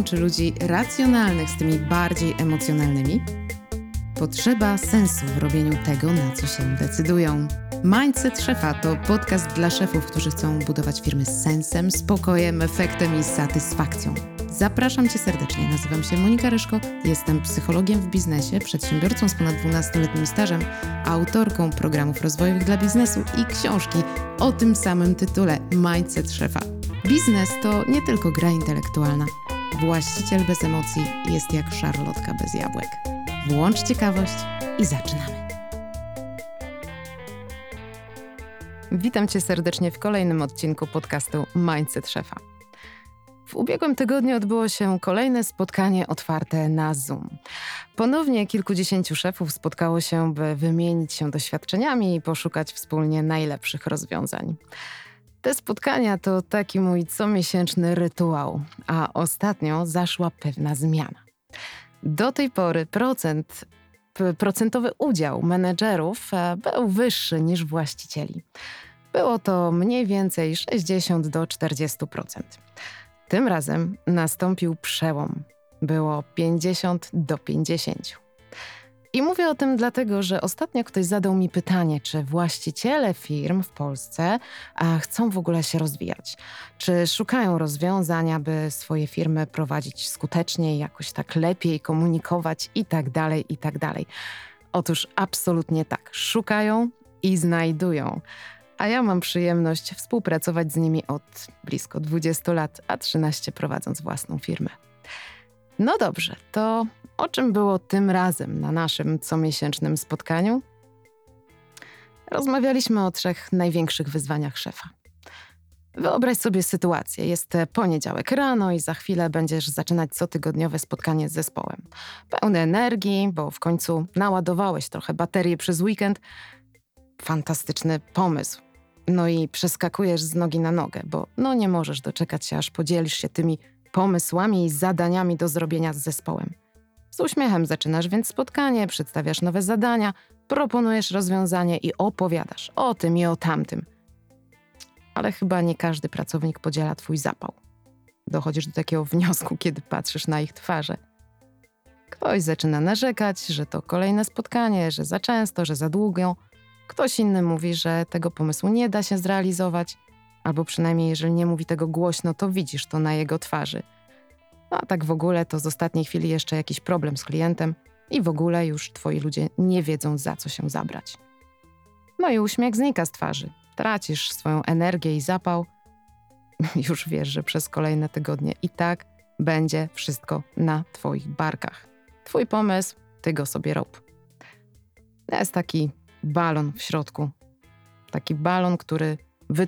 łączy ludzi racjonalnych z tymi bardziej emocjonalnymi? Potrzeba sensu w robieniu tego, na co się decydują. Mindset Szefa to podcast dla szefów, którzy chcą budować firmy z sensem, spokojem, efektem i satysfakcją. Zapraszam Cię serdecznie. Nazywam się Monika Ryszko, jestem psychologiem w biznesie, przedsiębiorcą z ponad 12-letnim stażem, autorką programów rozwojowych dla biznesu i książki o tym samym tytule Mindset Szefa. Biznes to nie tylko gra intelektualna. Właściciel bez emocji jest jak szarlotka bez jabłek. Włącz ciekawość i zaczynamy. Witam Cię serdecznie w kolejnym odcinku podcastu Mindset Szefa. W ubiegłym tygodniu odbyło się kolejne spotkanie otwarte na Zoom. Ponownie kilkudziesięciu szefów spotkało się, by wymienić się doświadczeniami i poszukać wspólnie najlepszych rozwiązań. Te spotkania to taki mój comiesięczny rytuał, a ostatnio zaszła pewna zmiana. Do tej pory procentowy udział menedżerów był wyższy niż właścicieli. Było to mniej więcej 60 do 40%. Tym razem nastąpił przełom. Było 50 do 50. I mówię o tym dlatego, że ostatnio ktoś zadał mi pytanie, czy właściciele firm w Polsce chcą w ogóle się rozwijać. Czy szukają rozwiązań, by swoje firmy prowadzić skuteczniej, jakoś tak lepiej komunikować i tak dalej. Otóż absolutnie tak. Szukają i znajdują. A ja mam przyjemność współpracować z nimi od blisko 20 lat, a 13 prowadząc własną firmę. No dobrze, to o czym było tym razem na naszym comiesięcznym spotkaniu? Rozmawialiśmy o 3 największych wyzwaniach szefa. Wyobraź sobie sytuację. Jest poniedziałek rano i za chwilę będziesz zaczynać cotygodniowe spotkanie z zespołem. Pełny energii, bo w końcu naładowałeś trochę baterię przez weekend. Fantastyczny pomysł. No i przeskakujesz z nogi na nogę, bo nie możesz doczekać się, aż podzielisz się tymi pomysłami i zadaniami do zrobienia z zespołem. Z uśmiechem zaczynasz więc spotkanie, przedstawiasz nowe zadania, proponujesz rozwiązanie i opowiadasz o tym i o tamtym. Ale chyba nie każdy pracownik podziela twój zapał. Dochodzisz do takiego wniosku, kiedy patrzysz na ich twarze. Ktoś zaczyna narzekać, że to kolejne spotkanie, że za często, że za długo. Ktoś inny mówi, że tego pomysłu nie da się zrealizować, albo przynajmniej jeżeli nie mówi tego głośno, to widzisz to na jego twarzy. A tak w ogóle to z ostatniej chwili jeszcze jakiś problem z klientem i w ogóle już twoi ludzie nie wiedzą, za co się zabrać. No i uśmiech znika z twarzy. Tracisz swoją energię i zapał. Już wiesz, że przez kolejne tygodnie i tak będzie wszystko na twoich barkach. Twój pomysł, ty go sobie rób. Jest taki balon w środku. Taki balon, który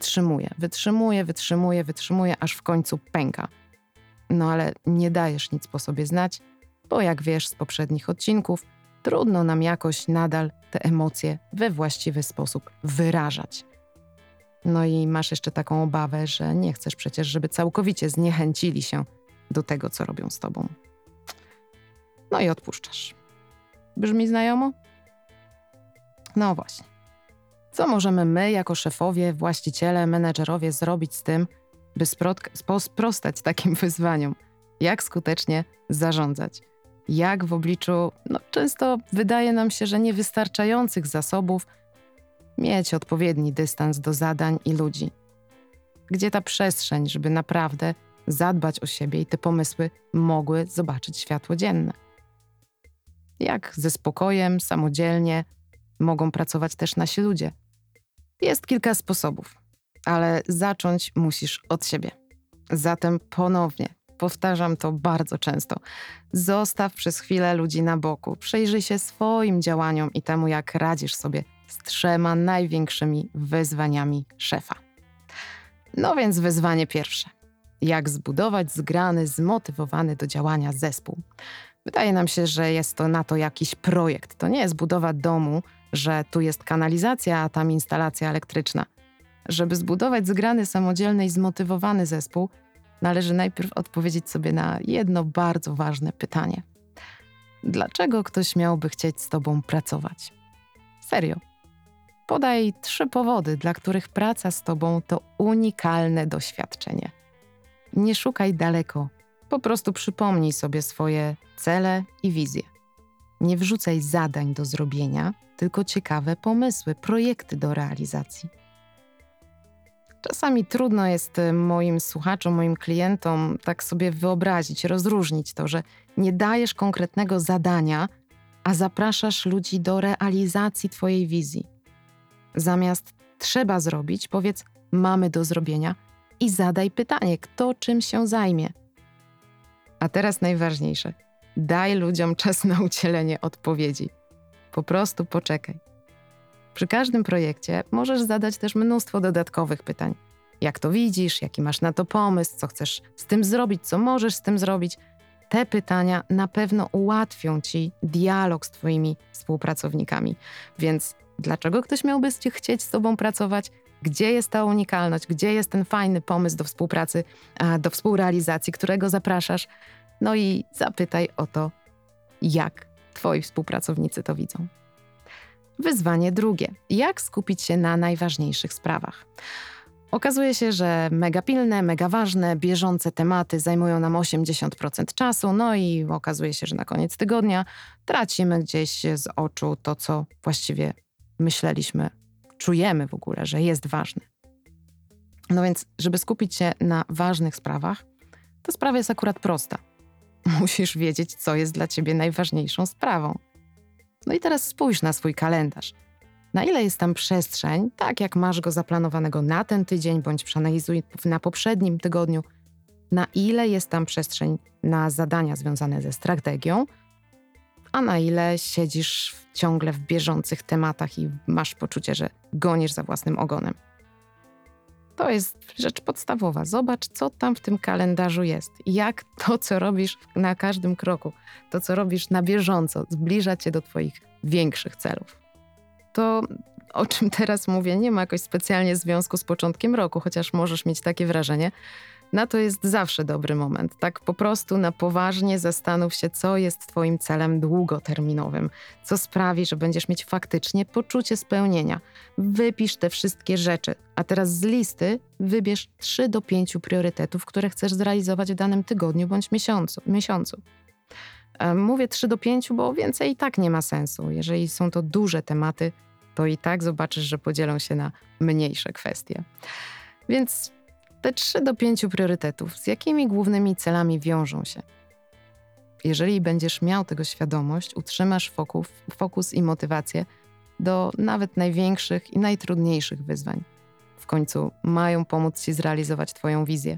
wytrzymuje, aż w końcu pęka. No ale nie dajesz nic po sobie znać, bo jak wiesz z poprzednich odcinków, trudno nam jakoś nadal te emocje we właściwy sposób wyrażać. No i masz jeszcze taką obawę, że nie chcesz przecież, żeby całkowicie zniechęcili się do tego, co robią z tobą. No i odpuszczasz. Brzmi znajomo? No właśnie. Co możemy my, jako szefowie, właściciele, menedżerowie zrobić z tym, by sprostać takim wyzwaniom? Jak skutecznie zarządzać? Jak w obliczu, często wydaje nam się, że niewystarczających zasobów, mieć odpowiedni dystans do zadań i ludzi? Gdzie ta przestrzeń, żeby naprawdę zadbać o siebie i te pomysły mogły zobaczyć światło dzienne? Jak ze spokojem, samodzielnie mogą pracować też nasi ludzie? Jest kilka sposobów, ale zacząć musisz od siebie. Zatem ponownie, powtarzam to bardzo często, zostaw przez chwilę ludzi na boku, przyjrzyj się swoim działaniom i temu, jak radzisz sobie z 3 największymi wyzwaniami szefa. No więc wyzwanie pierwsze. Jak zbudować zgrany, zmotywowany do działania zespół? Wydaje nam się, że jest to na to jakiś projekt. To nie jest budowa domu, że tu jest kanalizacja, a tam instalacja elektryczna. Żeby zbudować zgrany, samodzielny i zmotywowany zespół, należy najpierw odpowiedzieć sobie na jedno bardzo ważne pytanie. Dlaczego ktoś miałby chcieć z tobą pracować? Serio. Podaj 3 powody, dla których praca z tobą to unikalne doświadczenie. Nie szukaj daleko. Po prostu przypomnij sobie swoje cele i wizje. Nie wrzucaj zadań do zrobienia, tylko ciekawe pomysły, projekty do realizacji. Czasami trudno jest moim słuchaczom, moim klientom tak sobie wyobrazić, rozróżnić to, że nie dajesz konkretnego zadania, a zapraszasz ludzi do realizacji twojej wizji. Zamiast trzeba zrobić, powiedz mamy do zrobienia i zadaj pytanie, kto czym się zajmie. A teraz najważniejsze. Daj ludziom czas na udzielenie odpowiedzi. Po prostu poczekaj. Przy każdym projekcie możesz zadać też mnóstwo dodatkowych pytań. Jak to widzisz, jaki masz na to pomysł, co chcesz z tym zrobić, co możesz z tym zrobić. Te pytania na pewno ułatwią ci dialog z twoimi współpracownikami. Więc dlaczego ktoś miałby chcieć z tobą pracować? Gdzie jest ta unikalność? Gdzie jest ten fajny pomysł do współpracy, do współrealizacji, którego zapraszasz? No i zapytaj o to, jak twoi współpracownicy to widzą. Wyzwanie drugie. Jak skupić się na najważniejszych sprawach? Okazuje się, że mega pilne, mega ważne, bieżące tematy zajmują nam 80% czasu, no i okazuje się, że na koniec tygodnia tracimy gdzieś z oczu to, co właściwie myśleliśmy, czujemy w ogóle, że jest ważne. No więc, żeby skupić się na ważnych sprawach, to sprawa jest akurat prosta. Musisz wiedzieć, co jest dla ciebie najważniejszą sprawą. No i teraz spójrz na swój kalendarz. Na ile jest tam przestrzeń, tak jak masz go zaplanowanego na ten tydzień, bądź przeanalizuj na poprzednim tygodniu, na ile jest tam przestrzeń na zadania związane ze strategią, a na ile siedzisz ciągle w bieżących tematach i masz poczucie, że gonisz za własnym ogonem. To jest rzecz podstawowa. Zobacz, co tam w tym kalendarzu jest. Jak to, co robisz na każdym kroku, to, co robisz na bieżąco, zbliża cię do twoich większych celów. To, o czym teraz mówię, nie ma jakoś specjalnie związku z początkiem roku, chociaż możesz mieć takie wrażenie. Na to jest zawsze dobry moment. Tak po prostu na poważnie zastanów się, co jest twoim celem długoterminowym. Co sprawi, że będziesz mieć faktycznie poczucie spełnienia. Wypisz te wszystkie rzeczy, a teraz z listy wybierz 3 do 5 priorytetów, które chcesz zrealizować w danym tygodniu bądź miesiącu. Mówię 3 do 5, bo więcej i tak nie ma sensu. Jeżeli są to duże tematy, to i tak zobaczysz, że podzielą się na mniejsze kwestie. Więc te 3 do 5 priorytetów, z jakimi głównymi celami wiążą się? Jeżeli będziesz miał tego świadomość, utrzymasz fokus i motywację do nawet największych i najtrudniejszych wyzwań. W końcu mają pomóc ci zrealizować twoją wizję.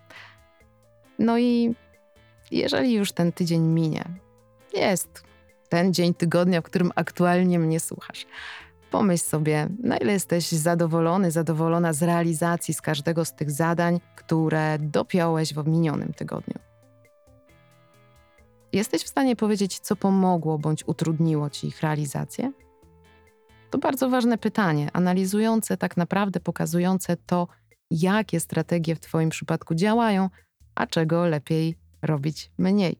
No i jeżeli już ten tydzień minie, jest ten dzień tygodnia, w którym aktualnie mnie słuchasz, pomyśl sobie, na ile jesteś zadowolony, zadowolona z realizacji z każdego z tych zadań, które dopiąłeś w minionym tygodniu. Jesteś w stanie powiedzieć, co pomogło bądź utrudniło ci ich realizację? To bardzo ważne pytanie, analizujące, tak naprawdę pokazujące to, jakie strategie w twoim przypadku działają, a czego lepiej robić mniej.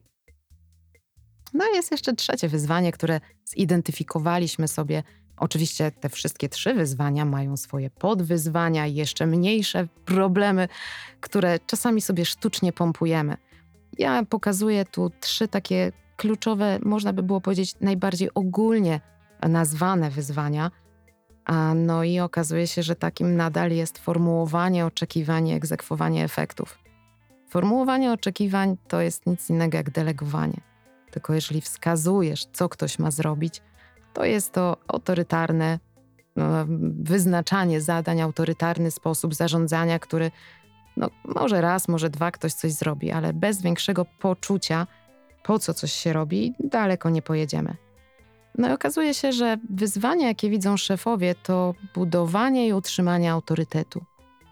No i jest jeszcze trzecie wyzwanie, które zidentyfikowaliśmy sobie. Oczywiście te wszystkie 3 wyzwania mają swoje podwyzwania i jeszcze mniejsze problemy, które czasami sobie sztucznie pompujemy. Ja pokazuję tu 3 takie kluczowe, można by było powiedzieć, najbardziej ogólnie nazwane wyzwania. No i okazuje się, że takim nadal jest formułowanie oczekiwań i egzekwowanie efektów. Formułowanie oczekiwań to jest nic innego jak delegowanie. Tylko jeżeli wskazujesz, co ktoś ma zrobić, to jest to autorytarne wyznaczanie zadań, autorytarny sposób zarządzania, który może raz, może 2 ktoś coś zrobi, ale bez większego poczucia, po co coś się robi, daleko nie pojedziemy. No i okazuje się, że wyzwania, jakie widzą szefowie, to budowanie i utrzymanie autorytetu.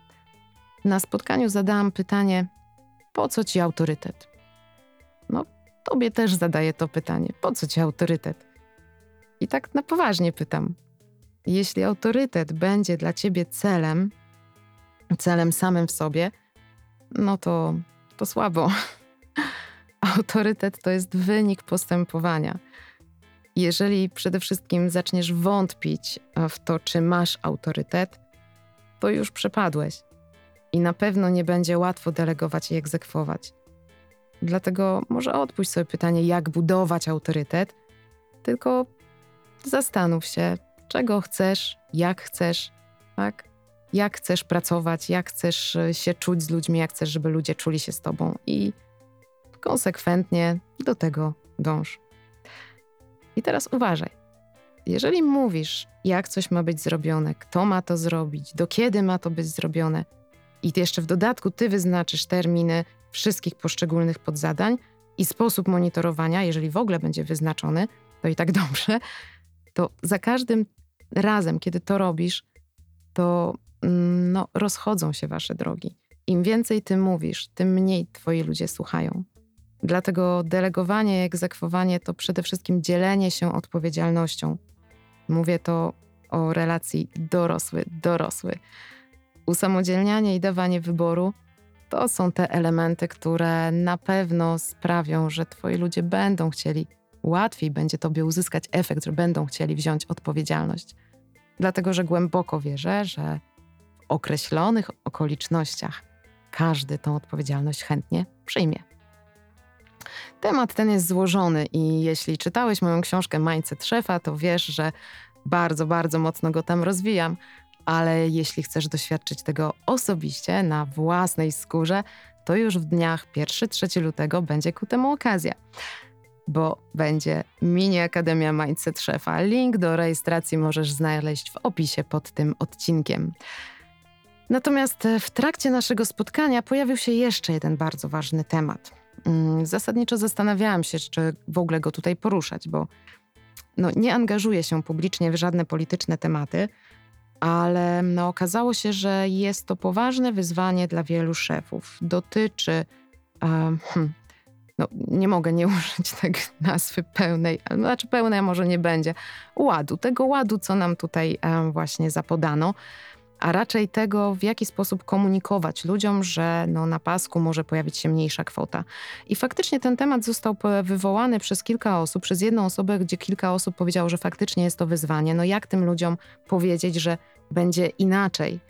Na spotkaniu zadałam pytanie, po co ci autorytet? Tobie też zadaję to pytanie, po co ci autorytet? I tak na poważnie pytam. Jeśli autorytet będzie dla ciebie celem samym w sobie, no to słabo. Autorytet to jest wynik postępowania. Jeżeli przede wszystkim zaczniesz wątpić w to, czy masz autorytet, to już przepadłeś. I na pewno nie będzie łatwo delegować i egzekwować. Dlatego może odpuść sobie pytanie, jak budować autorytet, tylko zastanów się, czego chcesz, tak? Jak chcesz pracować, jak chcesz się czuć z ludźmi, jak chcesz, żeby ludzie czuli się z tobą i konsekwentnie do tego dąż. I teraz uważaj. Jeżeli mówisz, jak coś ma być zrobione, kto ma to zrobić, do kiedy ma to być zrobione i jeszcze w dodatku ty wyznaczysz terminy wszystkich poszczególnych podzadań i sposób monitorowania, jeżeli w ogóle będzie wyznaczony, to i tak dobrze, to za każdym razem, kiedy to robisz, to rozchodzą się wasze drogi. Im więcej ty mówisz, tym mniej twoi ludzie słuchają. Dlatego delegowanie i egzekwowanie to przede wszystkim dzielenie się odpowiedzialnością. Mówię to o relacji dorosły. Usamodzielnianie i dawanie wyboru to są te elementy, które na pewno sprawią, że twoi ludzie będą chcieli, łatwiej będzie tobie uzyskać efekt, że będą chcieli wziąć odpowiedzialność. Dlatego, że głęboko wierzę, że w określonych okolicznościach każdy tą odpowiedzialność chętnie przyjmie. Temat ten jest złożony i jeśli czytałeś moją książkę Mindset Szefa, to wiesz, że bardzo, bardzo mocno go tam rozwijam, ale jeśli chcesz doświadczyć tego osobiście, na własnej skórze, to już w dniach 1-3 lutego będzie ku temu okazja, bo będzie mini Akademia Mindset Szefa. Link do rejestracji możesz znaleźć w opisie pod tym odcinkiem. Natomiast w trakcie naszego spotkania pojawił się jeszcze jeden bardzo ważny temat. Zasadniczo zastanawiałam się, czy w ogóle go tutaj poruszać, bo nie angażuję się publicznie w żadne polityczne tematy, ale okazało się, że jest to poważne wyzwanie dla wielu szefów. Dotyczy, nie mogę nie użyć tej nazwy pełnej, znaczy pełnej może nie będzie, tego ładu, co nam tutaj właśnie zapodano, a raczej tego, w jaki sposób komunikować ludziom, że na pasku może pojawić się mniejsza kwota. I faktycznie ten temat został wywołany przez kilka osób, przez jedną osobę, gdzie kilka osób powiedziało, że faktycznie jest to wyzwanie. Jak tym ludziom powiedzieć, że będzie inaczej?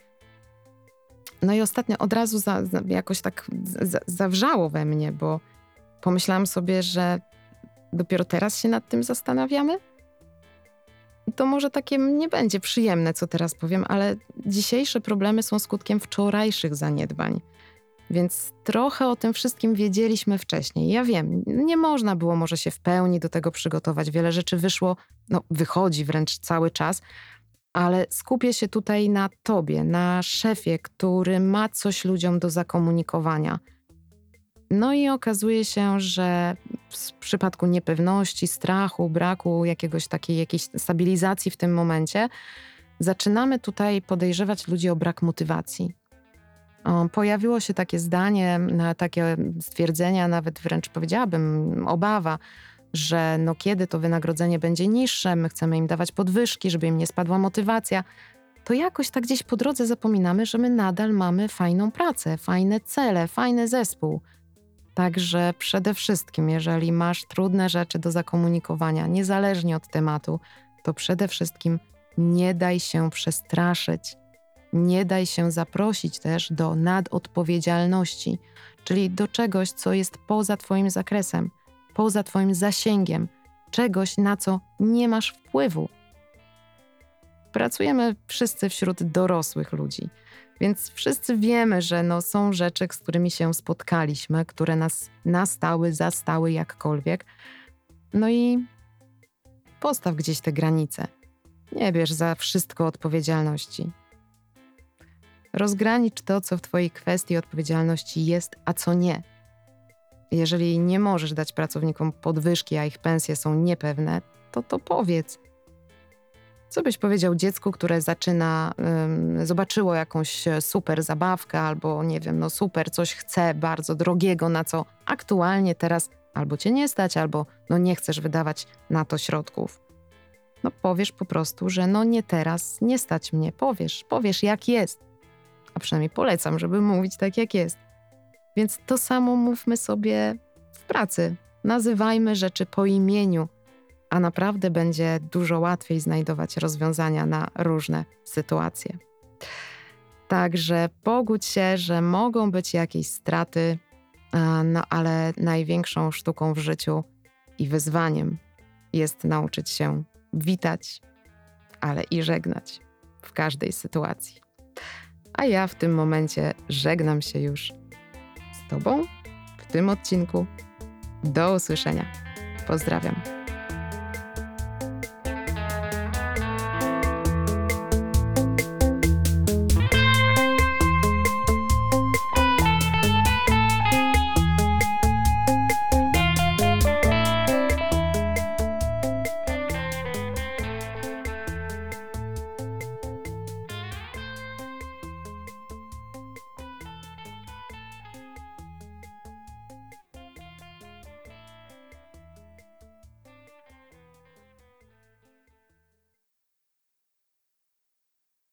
I ostatnio od razu jakoś tak zawrzało we mnie, bo pomyślałam sobie, że dopiero teraz się nad tym zastanawiamy? To może takie nie będzie przyjemne, co teraz powiem, ale dzisiejsze problemy są skutkiem wczorajszych zaniedbań. Więc trochę o tym wszystkim wiedzieliśmy wcześniej. Ja wiem, nie można było może się w pełni do tego przygotować. Wiele rzeczy wychodzi wręcz cały czas, ale skupię się tutaj na tobie, na szefie, który ma coś ludziom do zakomunikowania. I okazuje się, że w przypadku niepewności, strachu, braku jakiejś stabilizacji w tym momencie, zaczynamy tutaj podejrzewać ludzi o brak motywacji. Pojawiło się takie zdanie, takie stwierdzenia, nawet wręcz powiedziałabym obawa, że kiedy to wynagrodzenie będzie niższe, my chcemy im dawać podwyżki, żeby im nie spadła motywacja, to jakoś tak gdzieś po drodze zapominamy, że my nadal mamy fajną pracę, fajne cele, fajny zespół. Także przede wszystkim, jeżeli masz trudne rzeczy do zakomunikowania, niezależnie od tematu, to przede wszystkim nie daj się przestraszyć. Nie daj się zaprosić też do nadodpowiedzialności, czyli do czegoś, co jest poza twoim zakresem, poza twoim zasięgiem, czegoś, na co nie masz wpływu. Pracujemy wszyscy wśród dorosłych ludzi, więc wszyscy wiemy, że są rzeczy, z którymi się spotkaliśmy, które nas nastały, zastały jakkolwiek. I postaw gdzieś te granice. Nie bierz za wszystko odpowiedzialności. Rozgranicz to, co w twojej kwestii odpowiedzialności jest, a co nie. Jeżeli nie możesz dać pracownikom podwyżki, a ich pensje są niepewne, to powiedz. Co byś powiedział dziecku, które zobaczyło jakąś super zabawkę albo super coś chce bardzo drogiego, na co aktualnie teraz albo cię nie stać, albo nie chcesz wydawać na to środków. Powiesz po prostu, że nie teraz, nie stać mnie. Powiesz jak jest. A przynajmniej polecam, żeby mówić tak jak jest. Więc to samo mówmy sobie w pracy. Nazywajmy rzeczy po imieniu, a naprawdę będzie dużo łatwiej znajdować rozwiązania na różne sytuacje. Także pogódź się, że mogą być jakieś straty, No ale największą sztuką w życiu i wyzwaniem jest nauczyć się witać, ale i żegnać w każdej sytuacji. A ja w tym momencie żegnam się już z Tobą w tym odcinku. Do usłyszenia. Pozdrawiam.